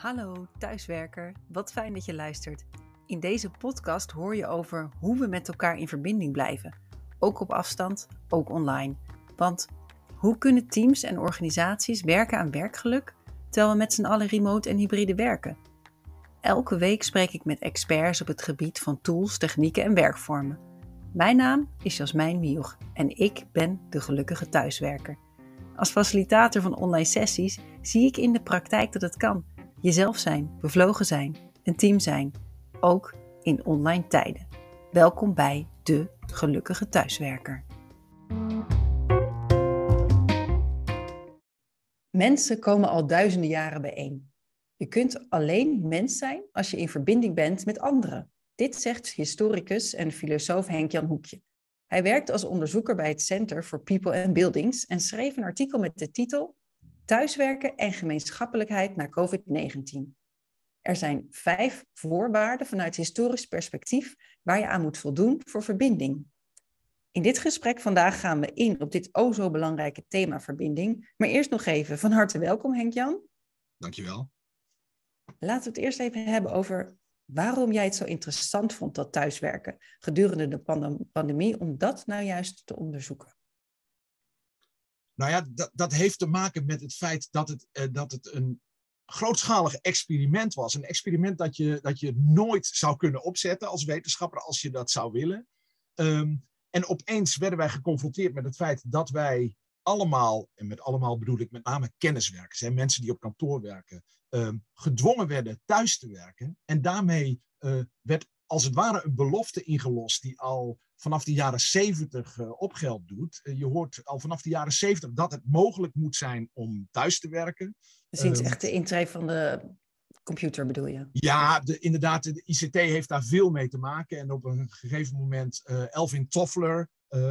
Hallo thuiswerker, wat fijn dat je luistert. In deze podcast hoor je over hoe we met elkaar in verbinding blijven. Ook op afstand, ook online. Want hoe kunnen teams en organisaties werken aan werkgeluk, terwijl we met z'n allen remote en hybride werken? Elke week spreek ik met experts op het gebied van tools, technieken en werkvormen. Mijn naam is Jasmijn Mioch en ik ben de gelukkige thuiswerker. Als facilitator van online sessies zie ik in de praktijk dat het kan. Jezelf zijn, bevlogen zijn, een team zijn, ook in online tijden. Welkom bij de gelukkige thuiswerker. Mensen komen al duizenden jaren bijeen. Je kunt alleen mens zijn als je in verbinding bent met anderen. Dit zegt historicus en filosoof Henk-Jan Hoekje. Hij werkte als onderzoeker bij het Center for People and Buildings en schreef een artikel met de titel Thuiswerken en gemeenschappelijkheid na COVID-19. Er zijn 5 voorwaarden vanuit historisch perspectief waar je aan moet voldoen voor verbinding. In dit gesprek vandaag gaan we in op dit o zo belangrijke thema verbinding. Maar eerst nog even van harte welkom Henk-Jan. Dankjewel. Laten we het eerst even hebben over waarom jij het zo interessant vond, dat thuiswerken gedurende de pandemie, om dat nou juist te onderzoeken. Nou ja, dat heeft te maken met het feit dat het een grootschalig experiment was. Een experiment dat je nooit zou kunnen opzetten als wetenschapper als je dat zou willen. En opeens werden wij geconfronteerd met het feit dat wij allemaal, en met allemaal bedoel ik met name kenniswerkers, hè, mensen die op kantoor werken, gedwongen werden thuis te werken. En daarmee werd als het ware een belofte ingelost die al vanaf de jaren 70 op geld doet. Je hoort al vanaf de jaren 70 dat het mogelijk moet zijn om thuis te werken. Sinds echt de intree van de computer bedoel je? Ja, inderdaad, de ICT heeft daar veel mee te maken. En op een gegeven moment, Alvin Toffler,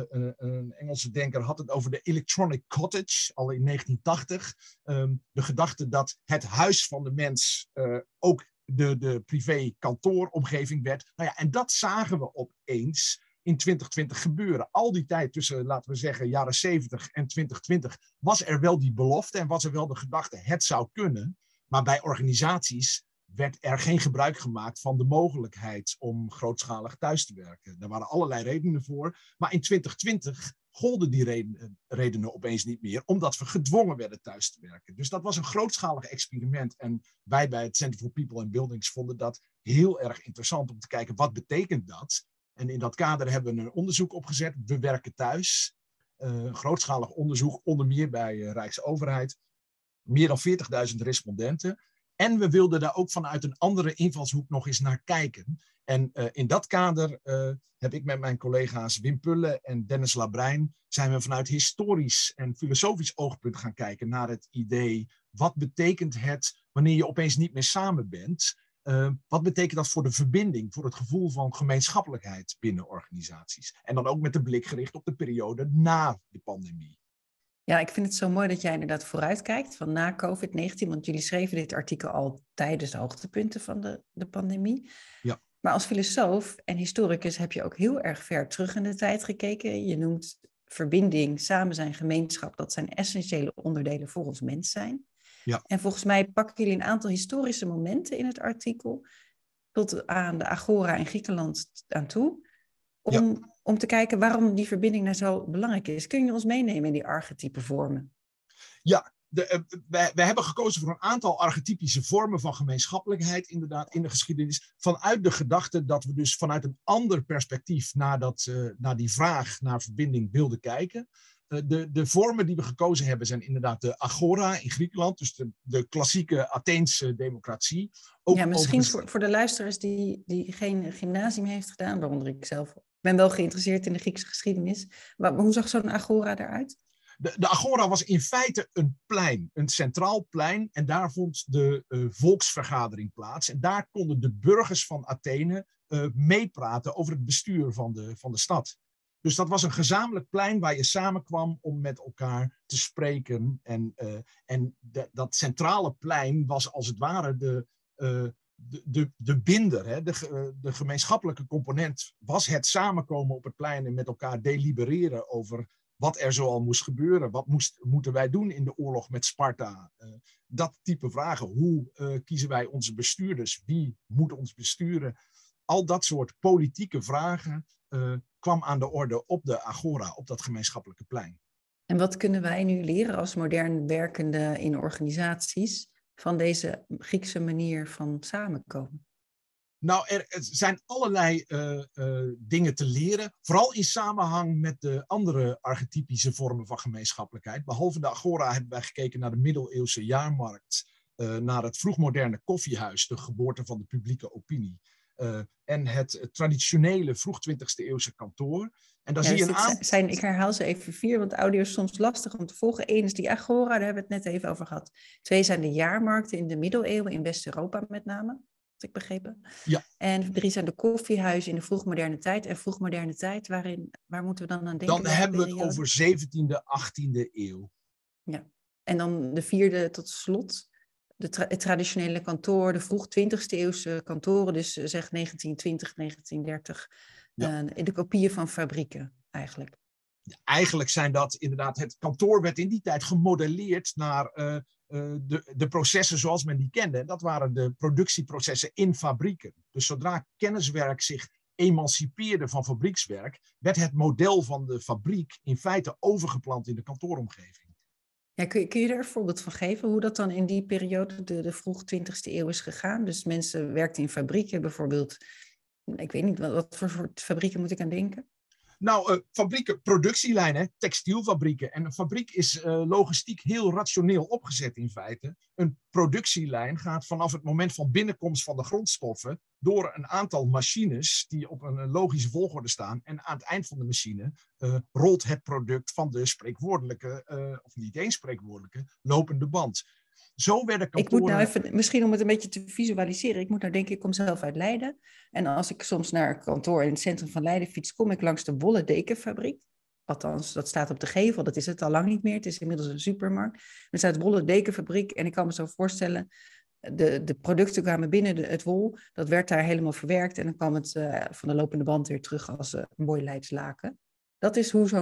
een Engelse denker, had het over de electronic cottage, al in 1980. De gedachte dat het huis van de mens ook de privé kantooromgeving werd. Nou ja, en dat zagen we opeens in 2020 gebeuren. Al die tijd tussen, laten we zeggen, jaren 70 en 2020 was er wel die belofte en was er wel de gedachte, het zou kunnen. Maar bij organisaties werd er geen gebruik gemaakt van de mogelijkheid om grootschalig thuis te werken. Daar waren allerlei redenen voor. Maar in 2020 golden die redenen opeens niet meer, omdat we gedwongen werden thuis te werken. Dus dat was een grootschalig experiment. En wij bij het Center for People and Buildings vonden dat heel erg interessant om te kijken, wat betekent dat? En in dat kader hebben we een onderzoek opgezet. We werken thuis. Grootschalig onderzoek, onder meer bij Rijksoverheid. Meer dan 40.000 respondenten. En we wilden daar ook vanuit een andere invalshoek nog eens naar kijken. En in dat kader heb ik met mijn collega's Wim Pulle en Dennis Labrijn, zijn we vanuit historisch en filosofisch oogpunt gaan kijken naar het idee, wat betekent het wanneer je opeens niet meer samen bent? Wat betekent dat voor de verbinding, voor het gevoel van gemeenschappelijkheid binnen organisaties? En dan ook met de blik gericht op de periode na de pandemie. Ja, ik vind het zo mooi dat jij inderdaad vooruitkijkt van na COVID-19, want jullie schreven dit artikel al tijdens de hoogtepunten van de pandemie. Ja. Maar als filosoof en historicus heb je ook heel erg ver terug in de tijd gekeken. Je noemt verbinding, samen zijn, gemeenschap, dat zijn essentiële onderdelen voor ons mens zijn. Ja. En volgens mij pakken jullie een aantal historische momenten in het artikel tot aan de Agora in Griekenland aan toe, om te kijken waarom die verbinding nou zo belangrijk is. Kun je ons meenemen in die archetype vormen? Ja, wij hebben gekozen voor een aantal archetypische vormen van gemeenschappelijkheid inderdaad in de geschiedenis. Vanuit de gedachte dat we dus vanuit een ander perspectief naar die vraag naar verbinding wilden kijken. De vormen die we gekozen hebben zijn inderdaad de agora in Griekenland, dus de klassieke Atheense democratie. Ook ja, misschien voor de luisteraars die geen gymnasium heeft gedaan, waaronder ik zelf ben wel geïnteresseerd in de Griekse geschiedenis. Maar hoe zag zo'n agora eruit? De agora was in feite een plein, een centraal plein. En daar vond de volksvergadering plaats. En daar konden de burgers van Athene meepraten over het bestuur van de stad. Dus dat was een gezamenlijk plein waar je samenkwam om met elkaar te spreken. En dat centrale plein was als het ware de binder. Hè? De gemeenschappelijke component was het samenkomen op het plein en met elkaar delibereren over wat er zoal moest gebeuren. Wat moeten wij doen in de oorlog met Sparta? Dat type vragen. Hoe kiezen wij onze bestuurders? Wie moet ons besturen? Al dat soort politieke vragen kwam aan de orde op de Agora, op dat gemeenschappelijke plein. En wat kunnen wij nu leren als modern werkende in organisaties van deze Griekse manier van samenkomen? Nou, er zijn allerlei dingen te leren. Vooral in samenhang met de andere archetypische vormen van gemeenschappelijkheid. Behalve de Agora hebben wij gekeken naar de middeleeuwse jaarmarkt. Naar het vroegmoderne koffiehuis, de geboorte van de publieke opinie. En het traditionele vroeg 20e eeuwse kantoor. En dan zie je een aantal... Ik herhaal ze even 4, want audio is soms lastig om te volgen. 1 is die Agora, daar hebben we het net even over gehad. 2 zijn de jaarmarkten in de middeleeuwen, in West-Europa met name, had ik begrepen. Ja. En 3 zijn de koffiehuizen in de vroegmoderne tijd. En vroegmoderne tijd, waar moeten we dan aan denken? Dan hebben we het over 17e, 18e eeuw. Ja, en dan de 4e tot slot... Het traditionele kantoor, de vroeg 20e eeuwse kantoren, dus zeg 1920, 1930, de kopieën van fabrieken eigenlijk. Ja, eigenlijk zijn dat inderdaad, het kantoor werd in die tijd gemodelleerd naar de processen zoals men die kende. En dat waren de productieprocessen in fabrieken. Dus zodra kenniswerk zich emancipeerde van fabriekswerk, werd het model van de fabriek in feite overgeplant in de kantooromgeving. Ja, kun je er een voorbeeld van geven hoe dat dan in die periode, de vroeg 20e eeuw is gegaan? Dus mensen werkten in fabrieken bijvoorbeeld. Ik weet niet, wat voor soort fabrieken moet ik aan denken? Nou, fabrieken, productielijnen, textielfabrieken. En een fabriek is logistiek heel rationeel opgezet in feite. Een productielijn gaat vanaf het moment van binnenkomst van de grondstoffen door een aantal machines die op een logische volgorde staan. En aan het eind van de machine rolt het product van de spreekwoordelijke, of niet eens spreekwoordelijke, lopende band. Zo werden kantoren... Ik moet nou even, misschien om het een beetje te visualiseren, ik moet nou denken, ik kom zelf uit Leiden. En als ik soms naar een kantoor in het centrum van Leiden fiets, kom ik langs de Wollen Dekenfabriek. Althans, dat staat op de gevel, dat is het al lang niet meer. Het is inmiddels een supermarkt. Er staat Wollen Dekenfabriek en ik kan me zo voorstellen, de producten kwamen binnen het wol, dat werd daar helemaal verwerkt en dan kwam het van de lopende band weer terug als een mooi Leids laken. Dat is hoe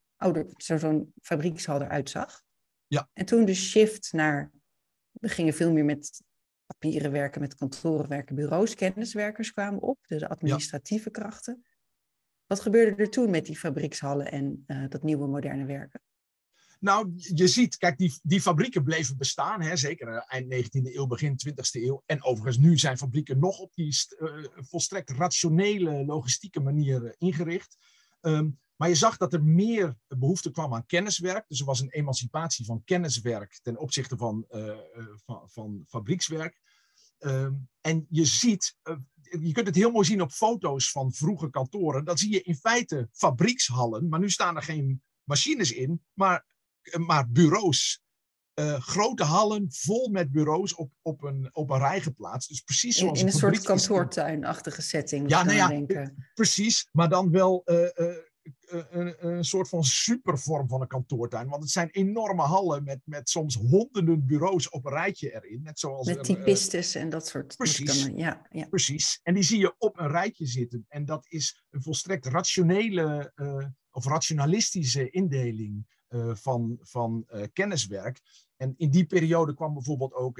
zo'n fabriekshal eruit zag. Ja. En toen de shift naar... We gingen veel meer met papieren werken, met kantoren werken, bureaus, kenniswerkers kwamen op, de administratieve krachten. Wat gebeurde er toen met die fabriekshallen en dat nieuwe moderne werken? Nou, je ziet, kijk, die fabrieken bleven bestaan, hè, zeker eind 19e eeuw, begin 20e eeuw. En overigens, nu zijn fabrieken nog op die volstrekt rationele logistieke manier ingericht. Maar je zag dat er meer behoefte kwam aan kenniswerk. Dus er was een emancipatie van kenniswerk ten opzichte van fabriekswerk. En je ziet, je kunt het heel mooi zien op foto's van vroege kantoren. Dan zie je in feite fabriekshallen, maar nu staan er geen machines in, maar bureaus. Grote hallen vol met bureaus op een rij geplaatst. Dus precies zoals in een soort kantoortuinachtige setting. Ja, nou ja, precies. Maar dan wel een soort van supervorm van een kantoortuin. Want het zijn enorme hallen met soms honderden bureaus op een rijtje erin. Net zoals met typistes en dat soort. Precies. Ja. Precies. En die zie je op een rijtje zitten. En dat is een volstrekt rationele of rationalistische indeling van kenniswerk. En in die periode kwam bijvoorbeeld ook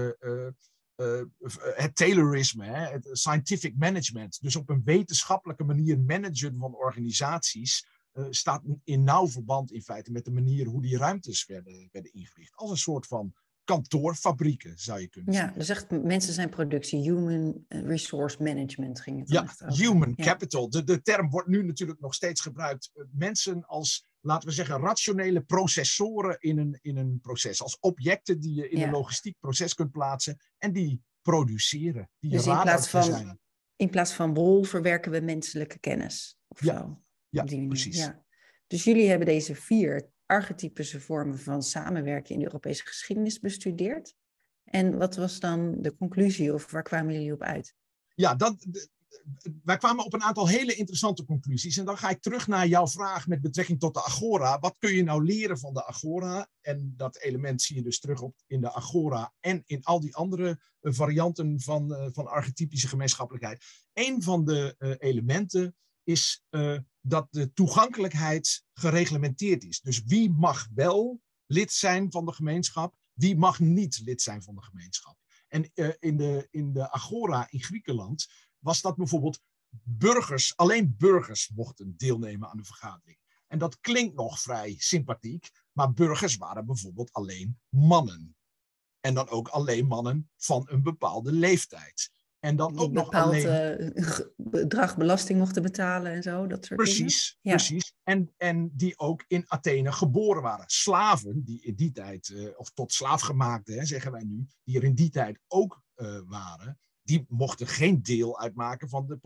het Taylorisme, het scientific management. Dus op een wetenschappelijke manier managen van organisaties staat in nauw verband in feite met de manier hoe die ruimtes werden ingericht. Als een soort van kantoorfabrieken, zou je kunnen zeggen. Ja, dus echt mensen zijn productie, human resource management ging het dan echt over. Human capital. De term wordt nu natuurlijk nog steeds gebruikt. Mensen als, laten we zeggen, rationele processoren in een proces. Als objecten die je in een logistiek proces kunt plaatsen en die produceren. Die dus in plaats van wol verwerken we menselijke kennis. Of zo. Ja, precies. Ja. Dus jullie hebben deze 4 archetypische vormen van samenwerken in de Europese geschiedenis bestudeerd. En wat was dan de conclusie of waar kwamen jullie op uit? Ja, wij kwamen op een aantal hele interessante conclusies. En dan ga ik terug naar jouw vraag met betrekking tot de Agora. Wat kun je nou leren van de Agora? En dat element zie je dus terug in de Agora en in al die andere varianten van archetypische gemeenschappelijkheid. Een van de elementen is dat de toegankelijkheid gereglementeerd is. Dus wie mag wel lid zijn van de gemeenschap, wie mag niet lid zijn van de gemeenschap. En in de Agora in Griekenland was dat bijvoorbeeld burgers, alleen burgers mochten deelnemen aan de vergadering. En dat klinkt nog vrij sympathiek, maar burgers waren bijvoorbeeld alleen mannen. En dan ook alleen mannen van een bepaalde leeftijd. En dan Die ook nog bepaald alleen... bedrag belasting mochten betalen en zo, dat soort dingen. Precies. En die ook in Athene geboren waren. Slaven, die in die tijd, of tot slaafgemaakten, zeggen wij nu, die er in die tijd ook waren, die mochten geen deel uitmaken van de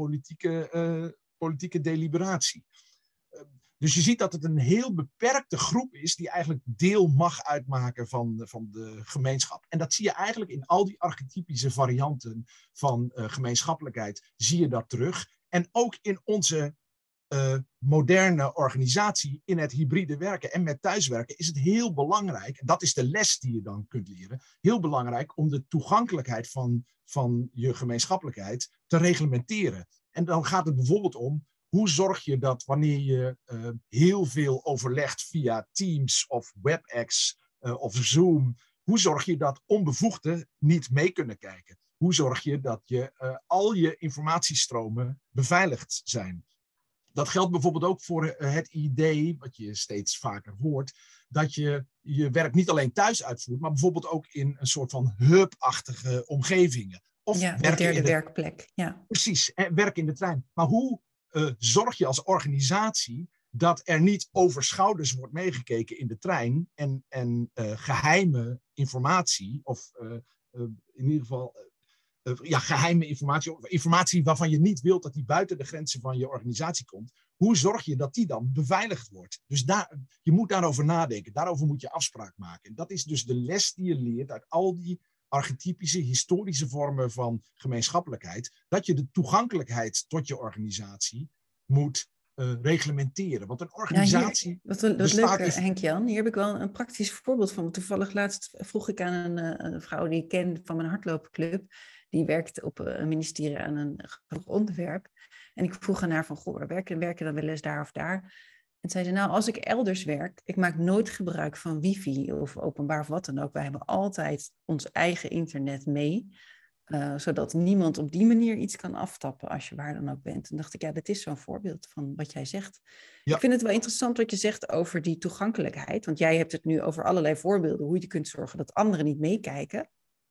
politieke deliberatie. Dus je ziet dat het een heel beperkte groep is die eigenlijk deel mag uitmaken van de gemeenschap. En dat zie je eigenlijk in al die archetypische varianten van gemeenschappelijkheid, zie je dat terug. En ook in onze moderne organisatie, in het hybride werken en met thuiswerken, is het heel belangrijk, en dat is de les die je dan kunt leren, heel belangrijk om de toegankelijkheid van je gemeenschappelijkheid te reglementeren. En dan gaat het bijvoorbeeld om, hoe zorg je dat wanneer je heel veel overlegt via Teams of WebEx of Zoom, hoe zorg je dat onbevoegden niet mee kunnen kijken? Hoe zorg je dat al je informatiestromen beveiligd zijn? Dat geldt bijvoorbeeld ook voor het idee, wat je steeds vaker hoort, dat je je werk niet alleen thuis uitvoert, maar bijvoorbeeld ook in een soort van hub-achtige omgevingen. Of de derde werkplek. Ja. Precies, werk in de trein. Maar hoe zorg je als organisatie dat er niet over schouders wordt meegekeken in de trein en geheime informatie, of in ieder geval geheime informatie, of informatie waarvan je niet wilt dat die buiten de grenzen van je organisatie komt, hoe zorg je dat die dan beveiligd wordt? Dus je moet daarover nadenken, daarover moet je afspraak maken. En dat is dus de les die je leert uit al die archetypische, historische vormen van gemeenschappelijkheid, dat je de toegankelijkheid tot je organisatie moet reglementeren. Want een organisatie... Ja, dat leuke, Henk-Jan. Hier heb ik wel een praktisch voorbeeld van. Toevallig laatst vroeg ik aan een vrouw die ik ken van mijn hardloopclub. Die werkt op een ministerie aan een genoeg onderwerp. En ik vroeg aan haar van, goh, werken dan wel eens daar of daar? En zei ze, nou, als ik elders werk, ik maak nooit gebruik van wifi of openbaar of wat dan ook. Wij hebben altijd ons eigen internet mee. Zodat niemand op die manier iets kan aftappen als je waar dan ook bent. En dacht ik, ja, dit is zo'n voorbeeld van wat jij zegt. Ja. Ik vind het wel interessant wat je zegt over die toegankelijkheid. Want jij hebt het nu over allerlei voorbeelden, hoe je kunt zorgen dat anderen niet meekijken.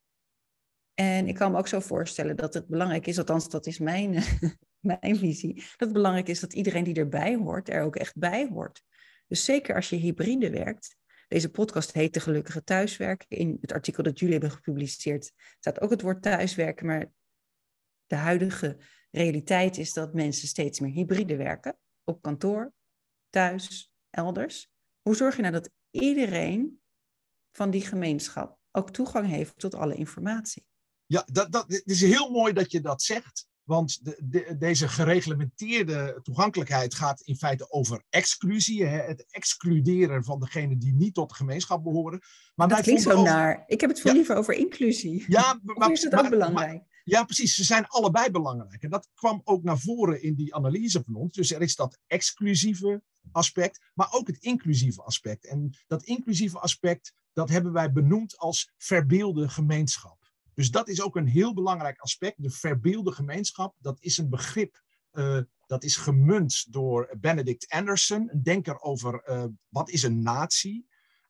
En ik kan me ook zo voorstellen dat het belangrijk is, althans dat is mijn visie, dat het belangrijk is dat iedereen die erbij hoort, er ook echt bij hoort. Dus zeker als je hybride werkt. Deze podcast heet De Gelukkige Thuiswerken. In het artikel dat jullie hebben gepubliceerd staat ook het woord thuiswerken. Maar de huidige realiteit is dat mensen steeds meer hybride werken. Op kantoor, thuis, elders. Hoe zorg je nou dat iedereen van die gemeenschap ook toegang heeft tot alle informatie? Ja, het is heel mooi dat je dat zegt. Want deze gereglementeerde toegankelijkheid gaat in feite over exclusie. Het excluderen van degenen die niet tot de gemeenschap behoren. Maar dat klinkt zo naar. Ik heb het veel liever over inclusie. Ja, maar is het ook belangrijk? Ja, precies. Ze zijn allebei belangrijk. En dat kwam ook naar voren in die analyse van ons. Dus er is dat exclusieve aspect, maar ook het inclusieve aspect. En dat inclusieve aspect, dat hebben wij benoemd als verbeelde gemeenschap. Dus dat is ook een heel belangrijk aspect. De verbeelde gemeenschap, dat is een begrip dat is gemunt door Benedict Anderson, een denker over wat is een natie.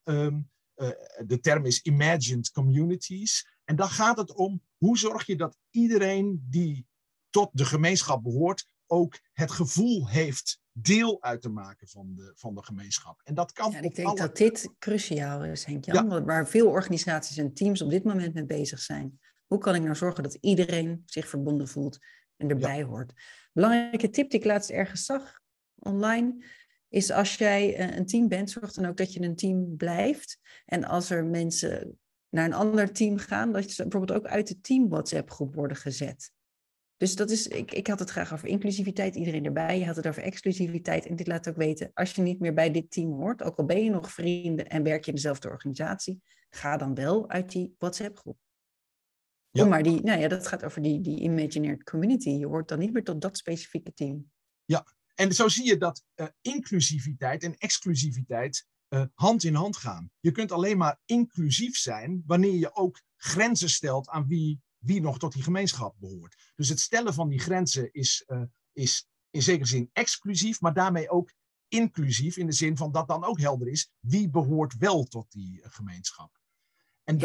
De term is imagined communities. En dan gaat het om, hoe zorg je dat iedereen die tot de gemeenschap behoort ook het gevoel heeft deel uit te maken van de gemeenschap. En dat kan. Ja, ik denk dat dit cruciaal is, Henk-Jan, ja. Waar veel organisaties en teams op dit moment mee bezig zijn. Hoe kan ik nou zorgen dat iedereen zich verbonden voelt en erbij hoort? Belangrijke tip die ik laatst ergens zag online is, als jij een team bent, zorg dan ook dat je een team blijft. En als er mensen naar een ander team gaan, dat ze bijvoorbeeld ook uit de team WhatsApp groep worden gezet. Dus dat is, ik had het graag over inclusiviteit, iedereen erbij. Je had het over exclusiviteit en dit laat ook weten, als je niet meer bij dit team hoort, ook al ben je nog vrienden en werk je in dezelfde organisatie, ga dan wel uit die WhatsApp groep. Ja. Maar dat gaat over die imaginary community. Je hoort dan niet meer tot dat specifieke team. Ja, En zo zie je dat inclusiviteit en exclusiviteit hand in hand gaan. Je kunt alleen maar inclusief zijn wanneer je ook grenzen stelt aan wie nog tot die gemeenschap behoort. Dus het stellen van die grenzen is in zekere zin exclusief, maar daarmee ook inclusief in de zin van dat dan ook helder is wie behoort wel tot die gemeenschap. En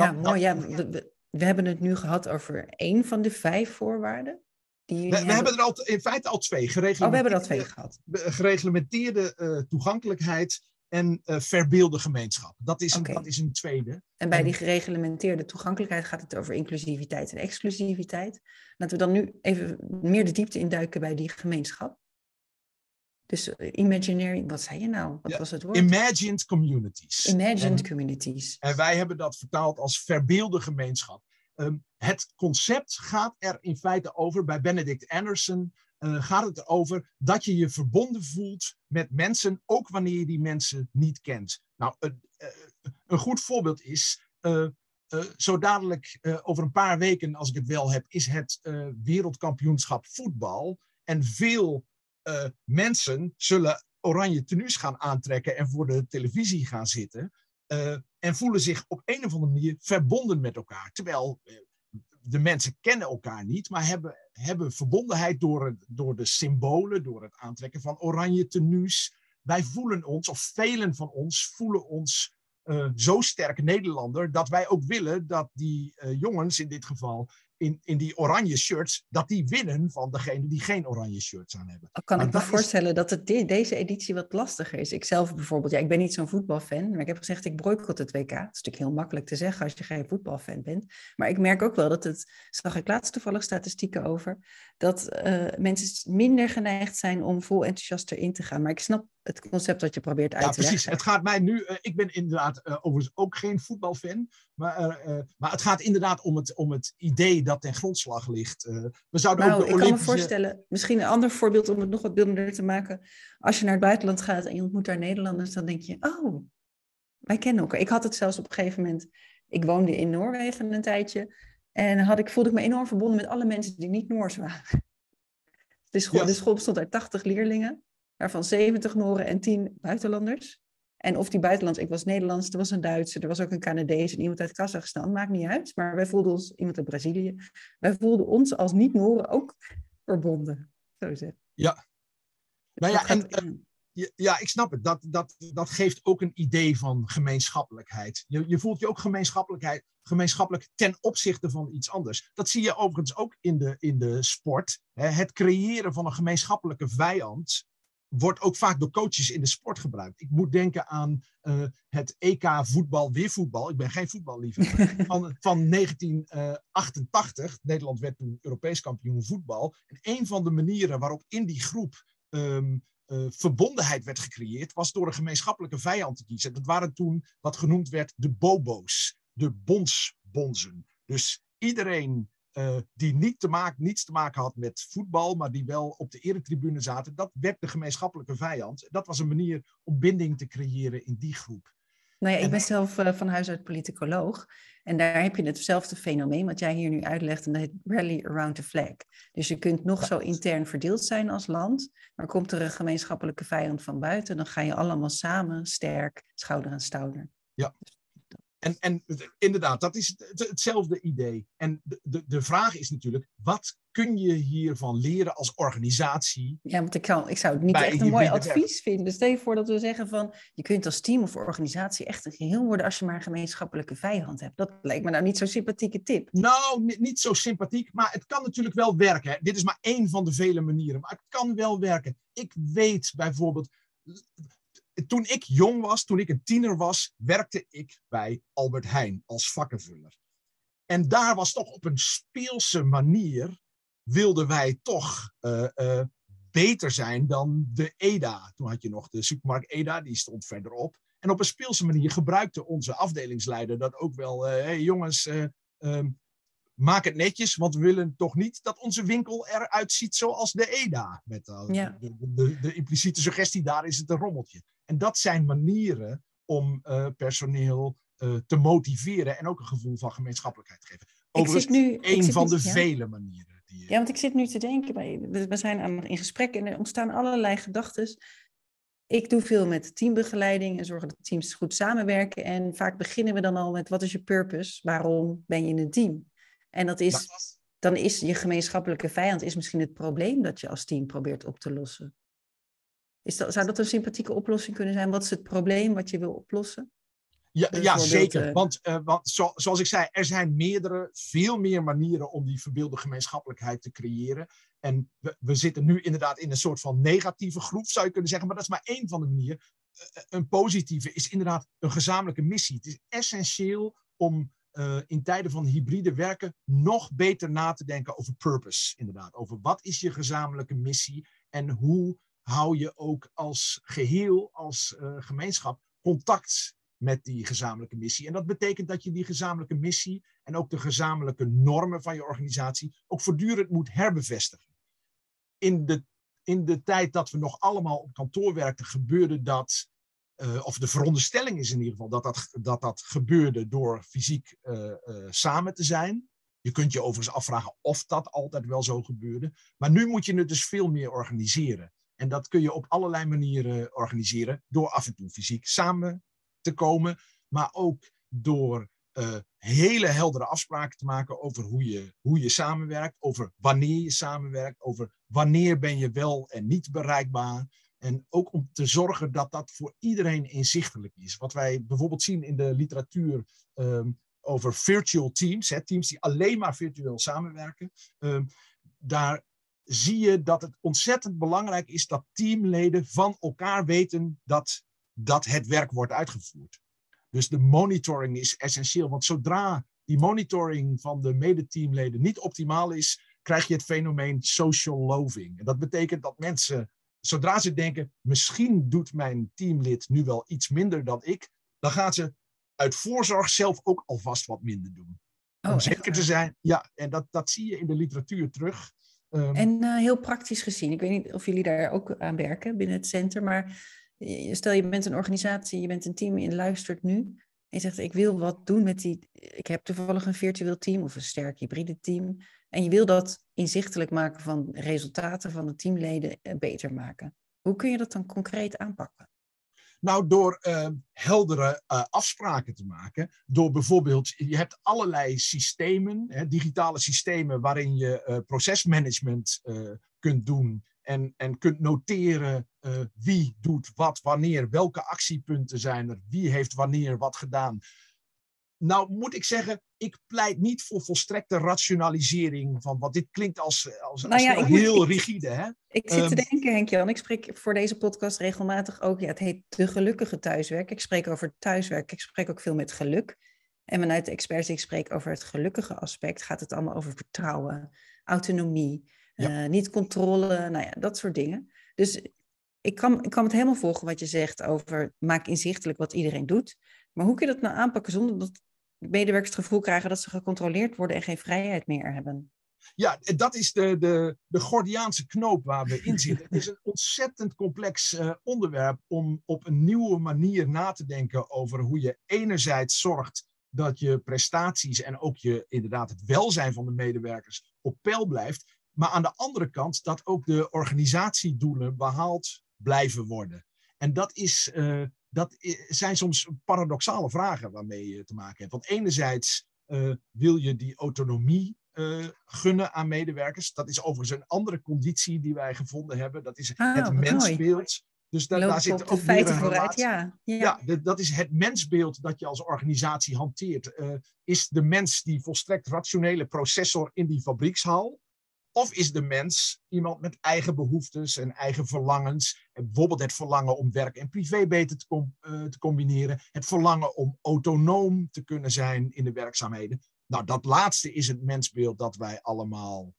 we hebben het nu gehad over 1 van de 5 voorwaarden. We hebben er in feite al 2. We hebben er al 2 gehad. Gereglementeerde toegankelijkheid en verbeelde gemeenschap. Dat is een tweede. En bij die gereglementeerde toegankelijkheid gaat het over inclusiviteit en exclusiviteit. Laten we dan nu even meer de diepte induiken bij die gemeenschap. Dus imaginary, wat zei je nou? Wat was het woord? Imagined communities. Imagined communities. En wij hebben dat vertaald als verbeelde gemeenschap. Het concept gaat er in feite over, bij Benedict Anderson gaat het erover dat je je verbonden voelt met mensen, ook wanneer je die mensen niet kent. Nou, een goed voorbeeld is, zo dadelijk over een paar weken, als ik het wel heb, is het wereldkampioenschap voetbal. En veel mensen zullen oranje tenues gaan aantrekken en voor de televisie gaan zitten. En voelen zich op een of andere manier verbonden met elkaar. Terwijl de mensen kennen elkaar niet, maar hebben verbondenheid door de symbolen, door het aantrekken van oranje tenues. Wij voelen ons, of velen van ons voelen ons zo sterk Nederlander, dat wij ook willen dat die jongens in dit geval in die oranje shirts, dat die winnen van degene die geen oranje shirts aan hebben. Kan ik me voorstellen dat het deze editie wat lastiger is. Ik zelf bijvoorbeeld, ik ben niet zo'n voetbalfan, maar ik heb gezegd ik boycott het WK. Dat is natuurlijk heel makkelijk te zeggen als je geen voetbalfan bent. Maar ik merk ook wel dat zag ik laatst toevallig statistieken over, dat mensen minder geneigd zijn om vol enthousiast erin te gaan. Maar ik snap het concept wat je probeert uit te leggen. Ja, precies. Het gaat mij nu, ik ben inderdaad overigens ook geen voetbalfan, maar het gaat inderdaad om het idee dat ten grondslag ligt. We zouden ook ik kan me voorstellen, misschien een ander voorbeeld om het nog wat beeldender te maken. Als je naar het buitenland gaat en je ontmoet daar Nederlanders, dan denk je, oh, wij kennen elkaar. Ik had het zelfs op een gegeven moment, ik woonde in Noorwegen een tijdje en voelde ik me enorm verbonden met alle mensen die niet Noors waren. De school bestond uit 80 leerlingen, waarvan 70 Nooren en 10 buitenlanders. En of die buitenlands, ik was Nederlands, er was een Duitser, er was ook een Canadees en iemand uit Kazachstan, maakt niet uit. Maar wij voelden ons, iemand uit Brazilië, wij voelden ons als niet-Noren ook verbonden. Zo zeg. Ja. Nou ja, ik snap het. Dat geeft ook een idee van gemeenschappelijkheid. Je voelt je ook gemeenschappelijk ten opzichte van iets anders. Dat zie je overigens ook in de sport. Het creëren van een gemeenschappelijke vijand wordt ook vaak door coaches in de sport gebruikt. Ik moet denken aan het EK voetbal, weervoetbal. Ik ben geen voetballiefhebber. van 1988. Nederland werd toen Europees kampioen voetbal. En een van de manieren waarop in die groep verbondenheid werd gecreëerd, was door een gemeenschappelijke vijand te kiezen. Dat waren toen wat genoemd werd de bobo's, de bondsbonzen. Dus iedereen die niets te maken had met voetbal, maar die wel op de eretribune zaten, dat werd de gemeenschappelijke vijand. Dat was een manier om binding te creëren in die groep. Nou ja, ik ben zelf van huis uit politicoloog. En daar heb je hetzelfde fenomeen wat jij hier nu uitlegt. En dat heet rally around the flag. Dus je kunt nog zo intern verdeeld zijn als land. Maar komt er een gemeenschappelijke vijand van buiten, dan ga je allemaal samen sterk schouder aan schouder. Ja. En inderdaad, dat is hetzelfde idee. En de vraag is natuurlijk, wat kun je hiervan leren als organisatie? Ja, want ik zou het niet echt een mooi advies vinden. Stel je voor dat we zeggen van, je kunt als team of organisatie echt een geheel worden als je maar een gemeenschappelijke vijand hebt. Dat lijkt me nou niet zo'n sympathieke tip. Nou, niet zo sympathiek, maar het kan natuurlijk wel werken. Hè. Dit is maar één van de vele manieren, maar het kan wel werken. Ik weet bijvoorbeeld, toen ik jong was, toen ik een tiener was, werkte ik bij Albert Heijn als vakkenvuller. En daar was toch op een speelse manier, wilden wij toch beter zijn dan de EDA. Toen had je nog de supermarkt EDA, die stond verderop. En op een speelse manier gebruikte onze afdelingsleider dat ook wel. Hey jongens, maak het netjes, want we willen toch niet dat onze winkel eruit ziet zoals de EDA. Met de impliciete suggestie, daar is het een rommeltje. En dat zijn manieren om personeel te motiveren en ook een gevoel van gemeenschappelijkheid te geven. Overigens, een van de vele manieren. Ja, want ik zit nu te denken, we zijn in gesprek en er ontstaan allerlei gedachten. Ik doe veel met teambegeleiding en zorgen dat teams goed samenwerken. En vaak beginnen we dan al met, wat is je purpose? Waarom ben je in een team? En dan is je gemeenschappelijke vijand is misschien het probleem dat je als team probeert op te lossen. Zou dat een sympathieke oplossing kunnen zijn? Wat is het probleem wat je wil oplossen? Ja, zeker. Want zoals ik zei, er zijn veel meer manieren om die verbeelde gemeenschappelijkheid te creëren. En we zitten nu inderdaad in een soort van negatieve groep, zou je kunnen zeggen. Maar dat is maar één van de manieren. Een positieve is inderdaad een gezamenlijke missie. Het is essentieel om in tijden van hybride werken nog beter na te denken over purpose. Inderdaad, over wat is je gezamenlijke missie en hoe hou je ook als geheel, als gemeenschap, contact met die gezamenlijke missie. En dat betekent dat je die gezamenlijke missie en ook de gezamenlijke normen van je organisatie ook voortdurend moet herbevestigen. In de tijd dat we nog allemaal op kantoor werkten, gebeurde dat, of de veronderstelling is in ieder geval, dat gebeurde door fysiek samen te zijn. Je kunt je overigens afvragen of dat altijd wel zo gebeurde. Maar nu moet je het dus veel meer organiseren. En dat kun je op allerlei manieren organiseren, door af en toe fysiek samen te komen, maar ook door hele heldere afspraken te maken over hoe je samenwerkt, over wanneer je samenwerkt, over wanneer ben je wel en niet bereikbaar. En ook om te zorgen dat dat voor iedereen inzichtelijk is. Wat wij bijvoorbeeld zien in de literatuur over virtual teams, teams die alleen maar virtueel samenwerken, daar zie je dat het ontzettend belangrijk is dat teamleden van elkaar weten dat het werk wordt uitgevoerd. Dus de monitoring is essentieel. Want zodra die monitoring van de medeteamleden niet optimaal is, krijg je het fenomeen social loafing. En dat betekent dat mensen, zodra ze denken, misschien doet mijn teamlid nu wel iets minder dan ik, dan gaan ze uit voorzorg zelf ook alvast wat minder doen. Om zeker te zijn. Ja, en dat zie je in de literatuur terug. En heel praktisch gezien, ik weet niet of jullie daar ook aan werken binnen het center, maar stel je bent een organisatie, je bent een team en je luistert nu en je zegt, ik wil wat doen met ik heb toevallig een virtueel team of een sterk hybride team en je wil dat inzichtelijk maken van resultaten van de teamleden beter maken. Hoe kun je dat dan concreet aanpakken? Nou, door heldere afspraken te maken. Door bijvoorbeeld, je hebt allerlei systemen, digitale systemen, waarin je procesmanagement kunt doen. En kunt noteren wie doet wat, wanneer, welke actiepunten zijn er, wie heeft wanneer wat gedaan. Nou moet ik zeggen, ik pleit niet voor volstrekte rationalisering van wat dit klinkt als heel rigide. Hè? Ik zit te denken, Henk-Jan, ik spreek voor deze podcast regelmatig ook, het heet de gelukkige thuiswerk. Ik spreek over thuiswerk, ik spreek ook veel met geluk. En vanuit de experts die ik spreek over het gelukkige aspect, gaat het allemaal over vertrouwen, autonomie, niet controle, dat soort dingen. Dus ik kan het helemaal volgen wat je zegt over maak inzichtelijk wat iedereen doet. Maar hoe kun je dat nou aanpakken zonder dat medewerkers het gevoel krijgen dat ze gecontroleerd worden en geen vrijheid meer hebben? Ja, dat is de Gordiaanse knoop waar we in zitten. Het is een ontzettend complex onderwerp om op een nieuwe manier na te denken over hoe je enerzijds zorgt dat je prestaties en ook inderdaad het welzijn van de medewerkers op peil blijft. Maar aan de andere kant dat ook de organisatiedoelen behaald blijven worden. En dat zijn soms paradoxale vragen waarmee je te maken hebt. Want enerzijds wil je die autonomie gunnen aan medewerkers. Dat is overigens een andere conditie die wij gevonden hebben. Dat is het mensbeeld. Mooi. Dus daar zit ook feiten vooruit. Ja, dat is het mensbeeld dat je als organisatie hanteert. Is de mens die volstrekt rationele processor in die fabriekshal? Of is de mens iemand met eigen behoeftes en eigen verlangens? En bijvoorbeeld het verlangen om werk en privé beter te combineren. Het verlangen om autonoom te kunnen zijn in de werkzaamheden. Nou, dat laatste is het mensbeeld dat wij allemaal,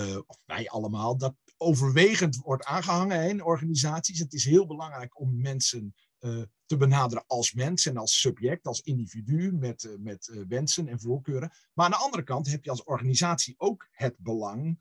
dat overwegend wordt aangehangen in organisaties. Het is heel belangrijk om mensen te benaderen als mens en als subject, als individu met wensen en voorkeuren. Maar aan de andere kant heb je als organisatie ook het belang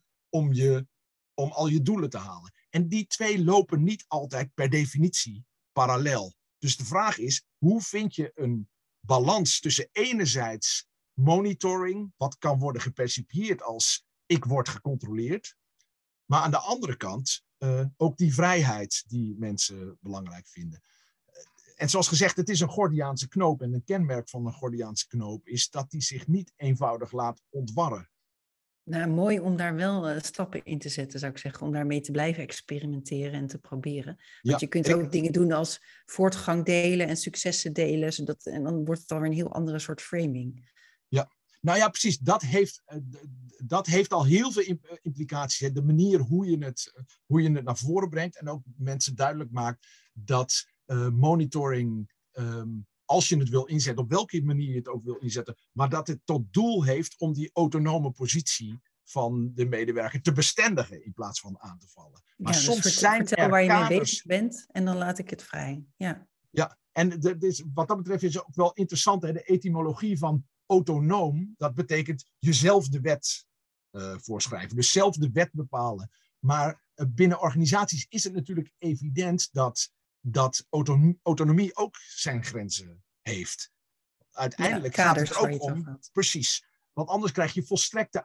om al je doelen te halen. En die twee lopen niet altijd per definitie parallel. Dus de vraag is, hoe vind je een balans tussen enerzijds monitoring, wat kan worden gepercipieerd als ik word gecontroleerd. Maar aan de andere kant ook die vrijheid die mensen belangrijk vinden. En zoals gezegd, het is een Gordiaanse knoop. En een kenmerk van een Gordiaanse knoop is dat die zich niet eenvoudig laat ontwarren. Nou, mooi om daar wel stappen in te zetten, zou ik zeggen. Om daarmee te blijven experimenteren en te proberen. Want je kunt ook dingen doen als voortgang delen en successen delen. En dan wordt het alweer een heel andere soort framing. Ja, nou ja, precies. Dat heeft al heel veel implicaties. De manier hoe je het naar voren brengt. En ook mensen duidelijk maakt dat monitoring, als je het wil inzetten, op welke manier je het ook wil inzetten, maar dat het tot doel heeft om die autonome positie van de medewerker te bestendigen in plaats van aan te vallen. Maar ja, soms dus zijn vertel er waar je kaders, mee bezig bent en dan laat ik het vrij. Ja, ja, en wat dat betreft is het ook wel interessant, hè, de etymologie van autonoom, dat betekent jezelf de wet voorschrijven, dus zelf de wet bepalen. Maar binnen organisaties is het natuurlijk evident dat autonomie ook zijn grenzen heeft. Uiteindelijk gaat het er ook om, precies, want anders krijg je volstrekte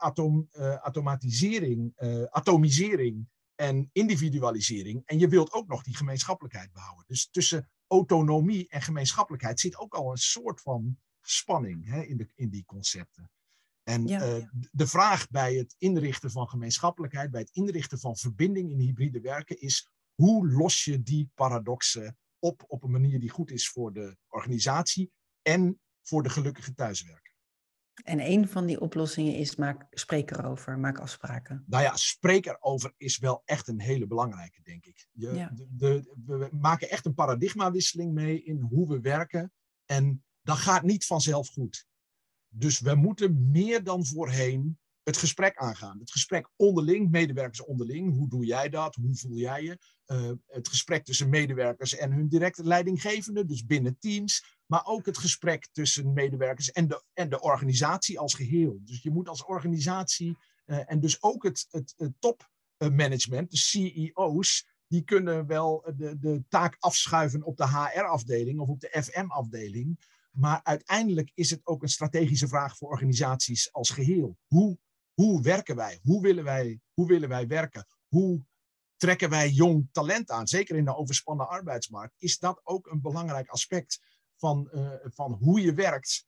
atomisering en individualisering. En je wilt ook nog die gemeenschappelijkheid behouden. Dus tussen autonomie en gemeenschappelijkheid zit ook al een soort van spanning, hè, in die concepten. En de vraag bij het inrichten van gemeenschappelijkheid, bij het inrichten van verbinding in hybride werken is: hoe los je die paradoxen op een manier die goed is voor de organisatie en voor de gelukkige thuiswerker? En een van die oplossingen is spreek erover, maak afspraken. Nou ja, spreek erover is wel echt een hele belangrijke, denk ik. We maken echt een paradigmawisseling mee in hoe we werken. En dat gaat niet vanzelf goed. Dus we moeten meer dan voorheen het gesprek aangaan. Het gesprek onderling, medewerkers onderling. Hoe doe jij dat? Hoe voel jij je? Het gesprek tussen medewerkers en hun directe leidinggevende, dus binnen teams. Maar ook het gesprek tussen medewerkers en de organisatie als geheel. Dus je moet als organisatie en dus ook het topmanagement, de CEO's, die kunnen wel de taak afschuiven op de HR-afdeling of op de FM-afdeling. Maar uiteindelijk is het ook een strategische vraag voor organisaties als geheel. Hoe werken wij? Hoe willen wij werken? Hoe trekken wij jong talent aan? Zeker in de overspannen arbeidsmarkt is dat ook een belangrijk aspect van hoe je werkt.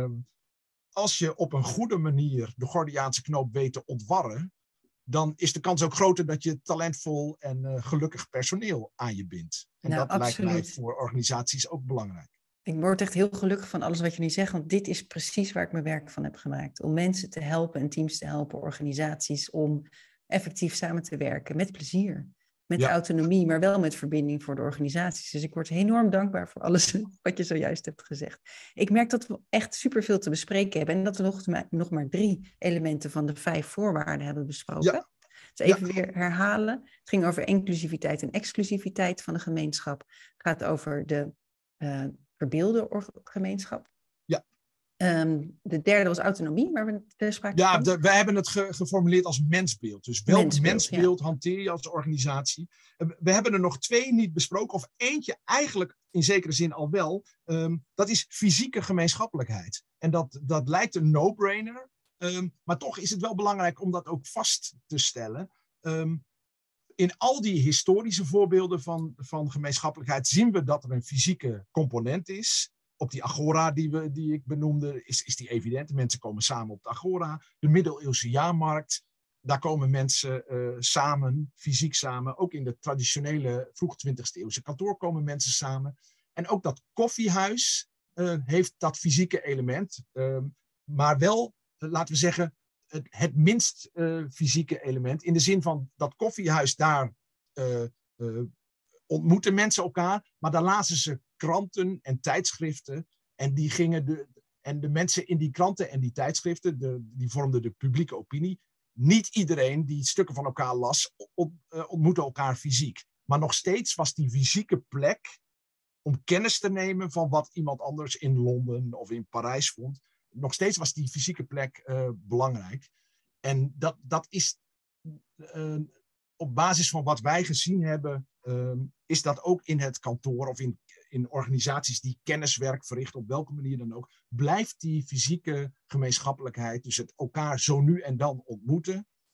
Als je op een goede manier de Gordiaanse knoop weet te ontwarren, dan is de kans ook groter dat je talentvol en gelukkig personeel aan je bindt. En dat lijkt mij voor organisaties ook belangrijk. Ik word echt heel gelukkig van alles wat je nu zegt, want dit is precies waar ik mijn werk van heb gemaakt. Om mensen te helpen en teams te helpen, organisaties, om effectief samen te werken met plezier. Met autonomie, maar wel met verbinding voor de organisaties. Dus ik word enorm dankbaar voor alles wat je zojuist hebt gezegd. Ik merk dat we echt superveel te bespreken hebben en dat we nog maar 3 elementen van de 5 voorwaarden hebben besproken. Ja. Dus even weer herhalen. Het ging over inclusiviteit en exclusiviteit van de gemeenschap. Het gaat over de verbeelde gemeenschap. Ja. De derde was autonomie, waar we spraken van. Ja, we hebben het geformuleerd als mensbeeld. Dus welk mensbeeld hanteer je als organisatie? We hebben er nog 2 niet besproken, of eentje eigenlijk in zekere zin al wel. Dat is fysieke gemeenschappelijkheid. En dat lijkt een no-brainer. Maar toch is het wel belangrijk om dat ook vast te stellen. In al die historische voorbeelden van gemeenschappelijkheid zien we dat er een fysieke component is. Op die agora die ik benoemde is die evident. Mensen komen samen op de agora. De middeleeuwse jaarmarkt, daar komen mensen samen, fysiek samen. Ook in de traditionele vroeg 20e eeuwse kantoor komen mensen samen. En ook dat koffiehuis heeft dat fysieke element. Maar wel, laten we zeggen, het minst fysieke element. In de zin van dat koffiehuis, daar ontmoeten mensen elkaar. Maar daar lazen ze kranten en tijdschriften. En de mensen in die kranten en die tijdschriften, die vormden de publieke opinie. Niet iedereen die stukken van elkaar las, ontmoette elkaar fysiek. Maar nog steeds was die fysieke plek om kennis te nemen van wat iemand anders in Londen of in Parijs vond. Nog steeds was die fysieke plek belangrijk. En dat is op basis van wat wij gezien hebben, is dat ook in het kantoor of in organisaties die kenniswerk verrichten, op welke manier dan ook, blijft die fysieke gemeenschappelijkheid, dus het elkaar zo nu en dan ontmoeten,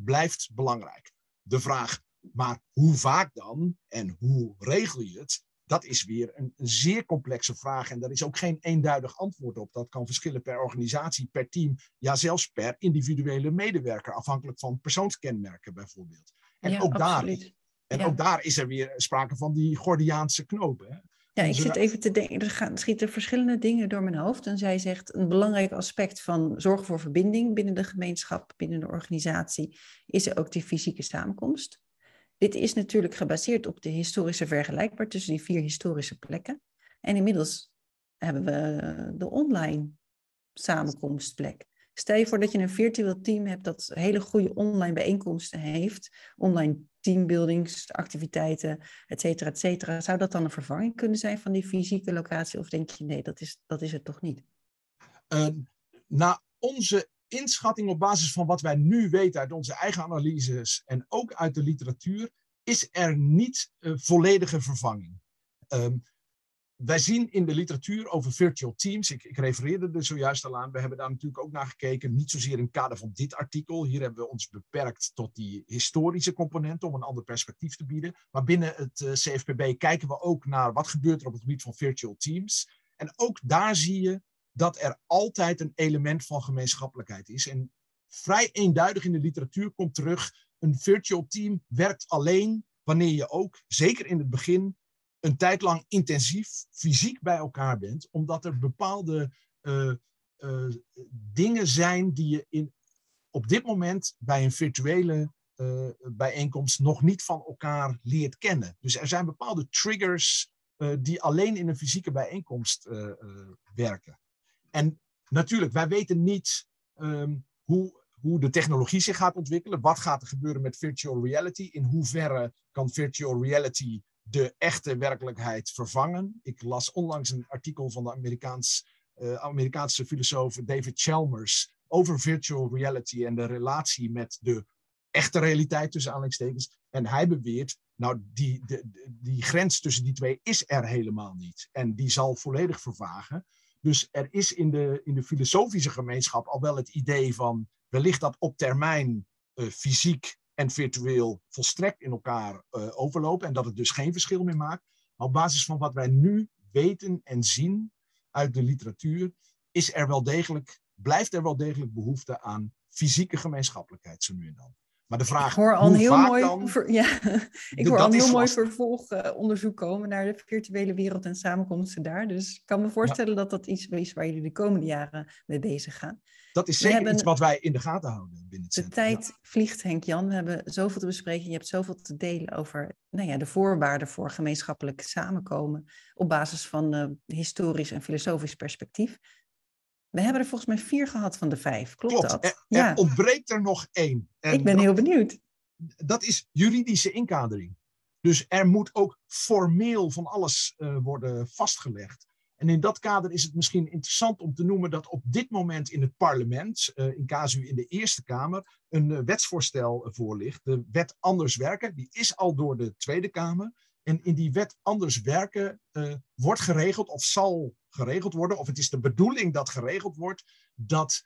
blijft belangrijk. De vraag, maar hoe vaak dan en hoe regel je het? Dat is weer een zeer complexe vraag en daar is ook geen eenduidig antwoord op. Dat kan verschillen per organisatie, per team, ja zelfs per individuele medewerker, afhankelijk van persoonskenmerken bijvoorbeeld. En, Ja, absoluut. Ook daar is er weer sprake van die Gordiaanse knopen. Hè? Ja, ik zit even te denken, er schieten verschillende dingen door mijn hoofd. En zij zegt, een belangrijk aspect van zorgen voor verbinding binnen de gemeenschap, binnen de organisatie, is er ook die fysieke samenkomst. Dit is natuurlijk gebaseerd op de historische vergelijkbaar tussen die 4 historische plekken. En inmiddels hebben we de online samenkomstplek. Stel je voor dat je een virtueel team hebt dat hele goede online bijeenkomsten heeft, online teambuildingsactiviteiten, et cetera, et cetera. Zou dat dan een vervanging kunnen zijn van die fysieke locatie? Of denk je, nee, dat is het toch niet? Na onze inschatting op basis van wat wij nu weten uit onze eigen analyses en ook uit de literatuur, is er niet volledige vervanging. Wij zien in de literatuur over virtual teams, ik refereerde er zojuist al aan, we hebben daar natuurlijk ook naar gekeken, niet zozeer in het kader van dit artikel, hier hebben we ons beperkt tot die historische componenten om een ander perspectief te bieden, maar binnen het CFPB kijken we ook naar wat gebeurt er op het gebied van virtual teams. En ook daar zie je dat er altijd een element van gemeenschappelijkheid is. En vrij eenduidig in de literatuur komt terug, een virtual team werkt alleen wanneer je ook, zeker in het begin, een tijd lang intensief fysiek bij elkaar bent, omdat er bepaalde dingen zijn die je op dit moment bij een virtuele bijeenkomst nog niet van elkaar leert kennen. Dus er zijn bepaalde triggers die alleen in een fysieke bijeenkomst werken. En natuurlijk, wij weten niet hoe de technologie zich gaat ontwikkelen. Wat gaat er gebeuren met virtual reality? In hoeverre kan virtual reality de echte werkelijkheid vervangen? Ik las onlangs een artikel van de Amerikaanse filosoof David Chalmers over virtual reality en de relatie met de echte realiteit tussen aanhalingstekens. En hij beweert, nou die grens tussen die twee is er helemaal niet. En die zal volledig vervagen. Dus er is in de filosofische gemeenschap al wel het idee van wellicht dat op termijn fysiek en virtueel volstrekt in elkaar overlopen en dat het dus geen verschil meer maakt. Maar op basis van wat wij nu weten en zien uit de literatuur blijft er wel degelijk behoefte aan fysieke gemeenschappelijkheid zo nu en dan. Maar de vraag, ik hoor al een heel mooi lastig. vervolgonderzoek komen naar de virtuele wereld en samenkomsten daar. Dus ik kan me voorstellen dat dat iets is waar jullie de komende jaren mee bezig gaan. Dat is zeker iets wat wij in de gaten houden binnen het centrum. De tijd vliegt, Henk-Jan. We hebben zoveel te bespreken. Je hebt zoveel te delen over de voorwaarden voor gemeenschappelijk samenkomen op basis van historisch en filosofisch perspectief. We hebben er volgens mij 4 gehad van de 5. Klopt dat? Er ontbreekt er nog 1. Ik ben heel benieuwd. Dat is juridische inkadering. Dus er moet ook formeel van alles worden vastgelegd. En in dat kader is het misschien interessant om te noemen dat op dit moment in het parlement, in casu in de Eerste Kamer, een wetsvoorstel voor ligt. De wet Anders Werken, die is al door de Tweede Kamer. En in die wet Anders Werken wordt geregeld of zal geregeld worden, of het is de bedoeling dat geregeld wordt, dat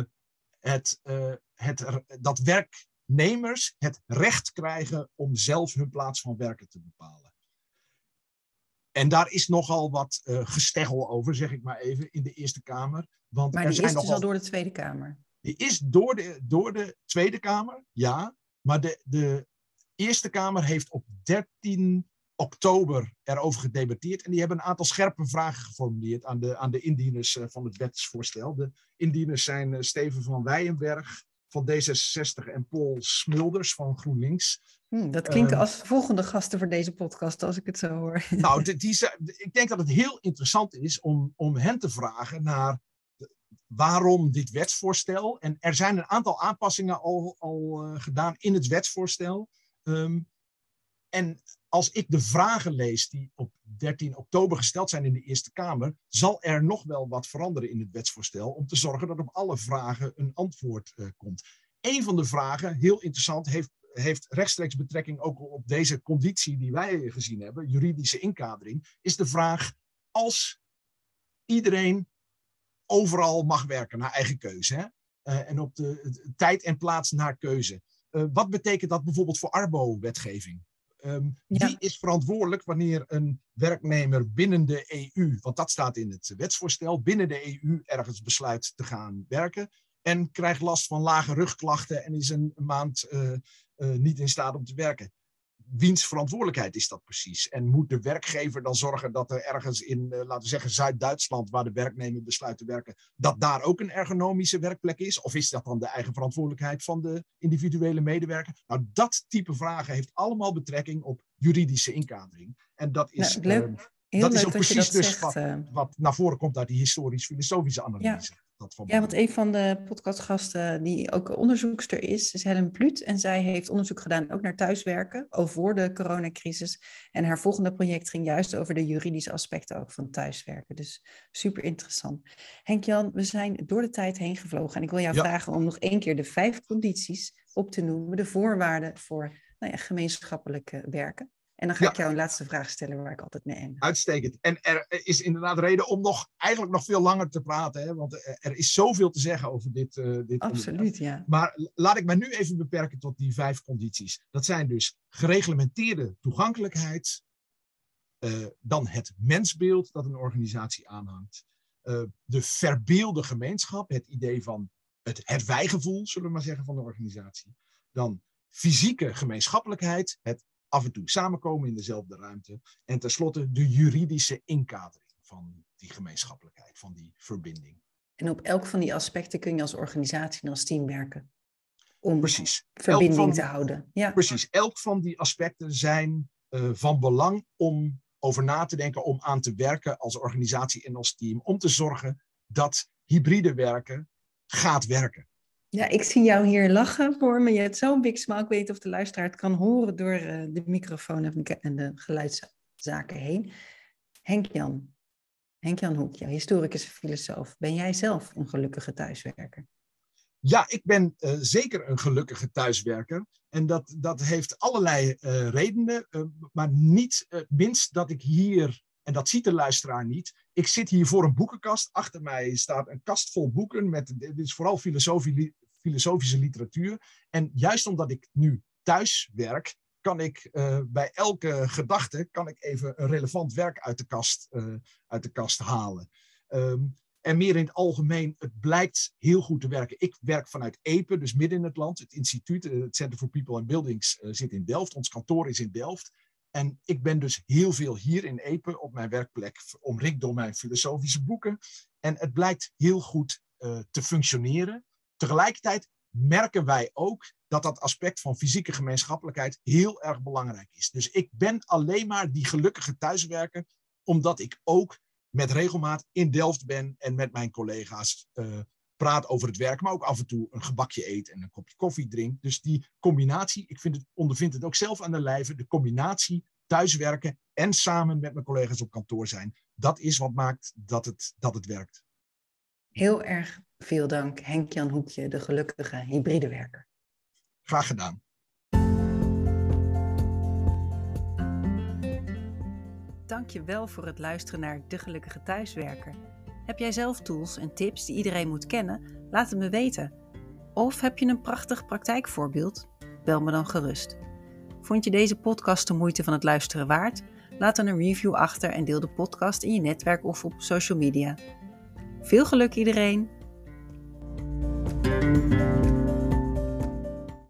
dat werknemers het recht krijgen om zelf hun plaats van werken te bepalen. En daar is nogal wat gesteggel over, zeg ik maar even, in de Eerste Kamer. Want maar die is dus al door de Tweede Kamer? Die is door de Tweede Kamer, ja. Maar de Eerste Kamer heeft op 13 oktober erover gedebatteerd. En die hebben een aantal scherpe vragen geformuleerd aan de indieners van het wetsvoorstel. De indieners zijn Steven van Weijenberg van D66 en Paul Smulders van GroenLinks. Dat klinken als volgende gasten voor deze podcast, als ik het zo hoor. Nou, ik denk dat het heel interessant is om hen te vragen naar waarom dit wetsvoorstel. En er zijn een aantal aanpassingen al gedaan in het wetsvoorstel. En als ik de vragen lees die op 13 oktober gesteld zijn in de Eerste Kamer, zal er nog wel wat veranderen in het wetsvoorstel om te zorgen dat op alle vragen een antwoord komt. Een van de vragen, heel interessant, heeft rechtstreeks betrekking ook op deze conditie die wij gezien hebben, juridische inkadering, is de vraag: als iedereen overal mag werken naar eigen keuze, hè? En op de tijd en plaats naar keuze, Wat betekent dat bijvoorbeeld voor Arbo-wetgeving? Wie is verantwoordelijk wanneer een werknemer binnen de EU, want dat staat in het wetsvoorstel, binnen de EU ergens besluit te gaan werken en krijgt last van lage rugklachten en is een maand niet in staat om te werken? Wiens verantwoordelijkheid is dat precies? En moet de werkgever dan zorgen dat er ergens in, laten we zeggen, Zuid-Duitsland, waar de werknemer besluit te werken, dat daar ook een ergonomische werkplek is? Of is dat dan de eigen verantwoordelijkheid van de individuele medewerker? Nou, dat type vragen heeft allemaal betrekking op juridische inkadering. En dat is, dat is ook precies dus wat naar voren komt uit die historisch-filosofische analyse. Ja, want een van de podcastgasten die ook onderzoekster is Helen Bluut. En zij heeft onderzoek gedaan ook naar thuiswerken, ook voor de coronacrisis. En haar volgende project ging juist over de juridische aspecten ook van thuiswerken. Dus super interessant. Henk-Jan, we zijn door de tijd heen gevlogen. En ik wil jou vragen om nog 1 keer de 5 condities op te noemen. De voorwaarden voor gemeenschappelijk werken. En dan ga ik jou een laatste vraag stellen waar ik altijd mee eindig. Uitstekend. En er is inderdaad reden om eigenlijk nog veel langer te praten. Hè? Want er is zoveel te zeggen over dit Absoluut, onderwerp. ja. Maar laat ik mij nu even beperken tot die 5 condities. Dat zijn dus gereglementeerde toegankelijkheid. Dan het mensbeeld dat een organisatie aanhangt. De verbeelde gemeenschap. Het idee van het wijgevoel, zullen we maar zeggen, van de organisatie. Dan fysieke gemeenschappelijkheid. Het af en toe samenkomen in dezelfde ruimte. En tenslotte de juridische inkadering van die gemeenschappelijkheid, van die verbinding. En op elk van die aspecten kun je als organisatie en als team werken. Om precies. verbinding te houden. Ja. Precies. Elk van die aspecten zijn van belang om over na te denken, om aan te werken als organisatie en als team. Om te zorgen dat hybride werken gaat werken. Ja, ik zie jou hier lachen voor me. Je hebt zo'n big smile. Ik weet niet of de luisteraar het kan horen door de microfoon en de geluidszaken heen. Henk-Jan Hoekje, historicus en filosoof. Ben jij zelf een gelukkige thuiswerker? Ja, ik ben zeker een gelukkige thuiswerker. En dat heeft allerlei redenen. Maar niet minst dat ik hier, en dat ziet de luisteraar niet, ik zit hier voor een boekenkast. Achter mij staat een kast vol boeken. Dit is vooral filosofische literatuur. En juist omdat ik nu thuis werk, kan ik bij elke gedachte even een relevant werk uit de kast halen. En meer in het algemeen, het blijkt heel goed te werken. Ik werk vanuit Epe, dus midden in het land. Het instituut, het Center for People and Buildings, zit in Delft. Ons kantoor is in Delft. En ik ben dus heel veel hier in Epe op mijn werkplek, omringd door mijn filosofische boeken. En het blijkt heel goed te functioneren. Tegelijkertijd merken wij ook dat aspect van fysieke gemeenschappelijkheid heel erg belangrijk is. Dus ik ben alleen maar die gelukkige thuiswerker, omdat ik ook met regelmaat in Delft ben en met mijn collega's praat over het werk, maar ook af en toe een gebakje eet en een kopje koffie drink. Dus die combinatie, ik ondervind het ook zelf aan de lijve, de combinatie thuiswerken en samen met mijn collega's op kantoor zijn, dat is wat maakt dat het werkt. Heel erg veel dank, Henk-Jan Hoekje, de gelukkige hybride werker. Graag gedaan. Dank je wel voor het luisteren naar De Gelukkige Thuiswerker. Heb jij zelf tools en tips die iedereen moet kennen? Laat het me weten. Of heb je een prachtig praktijkvoorbeeld? Bel me dan gerust. Vond je deze podcast de moeite van het luisteren waard? Laat dan een review achter en deel de podcast in je netwerk of op social media. Veel geluk iedereen!